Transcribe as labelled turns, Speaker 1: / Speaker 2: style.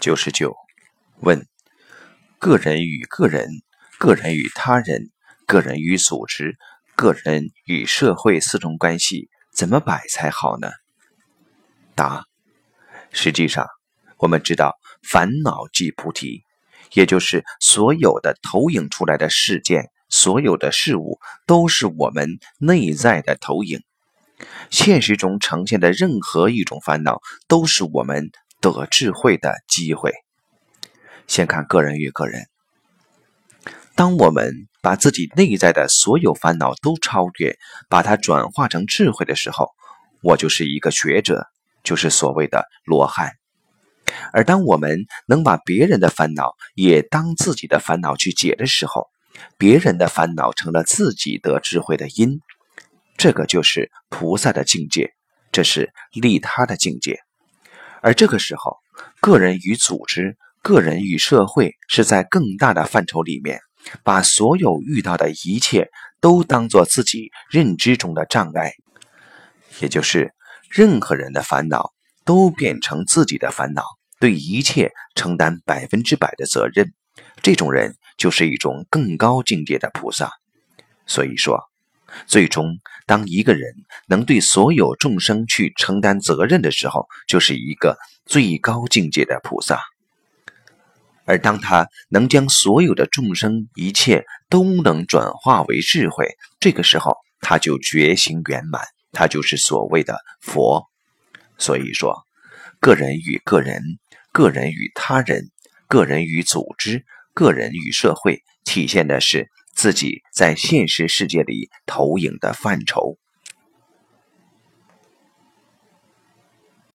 Speaker 1: 99。问：个人与个人、个人与他人、个人与组织、个人与社会四种关系怎么摆才好呢？答：实际上，我们知道烦恼即菩提，也就是所有的投影出来的事件，所有的事物都是我们内在的投影。现实中呈现的任何一种烦恼，都是我们得智慧的机会。先看个人与个人。当我们把自己内在的所有烦恼都超越，把它转化成智慧的时候，我就是一个学者，就是所谓的罗汉。而当我们能把别人的烦恼也当自己的烦恼去解的时候，别人的烦恼成了自己得智慧的因，这个就是菩萨的境界，这是利他的境界。而这个时候，个人与组织、个人与社会是在更大的范畴里面，把所有遇到的一切都当作自己认知中的障碍，也就是任何人的烦恼都变成自己的烦恼，对一切承担100%的责任。这种人就是一种更高境界的菩萨。所以说，最终当一个人能对所有众生去承担责任的时候，就是一个最高境界的菩萨。而当他能将所有的众生一切都能转化为智慧，这个时候他就觉醒圆满，他就是所谓的佛。所以说，个人与个人、个人与他人、个人与组织、个人与社会，体现的是自己在现实世界里投影的范畴。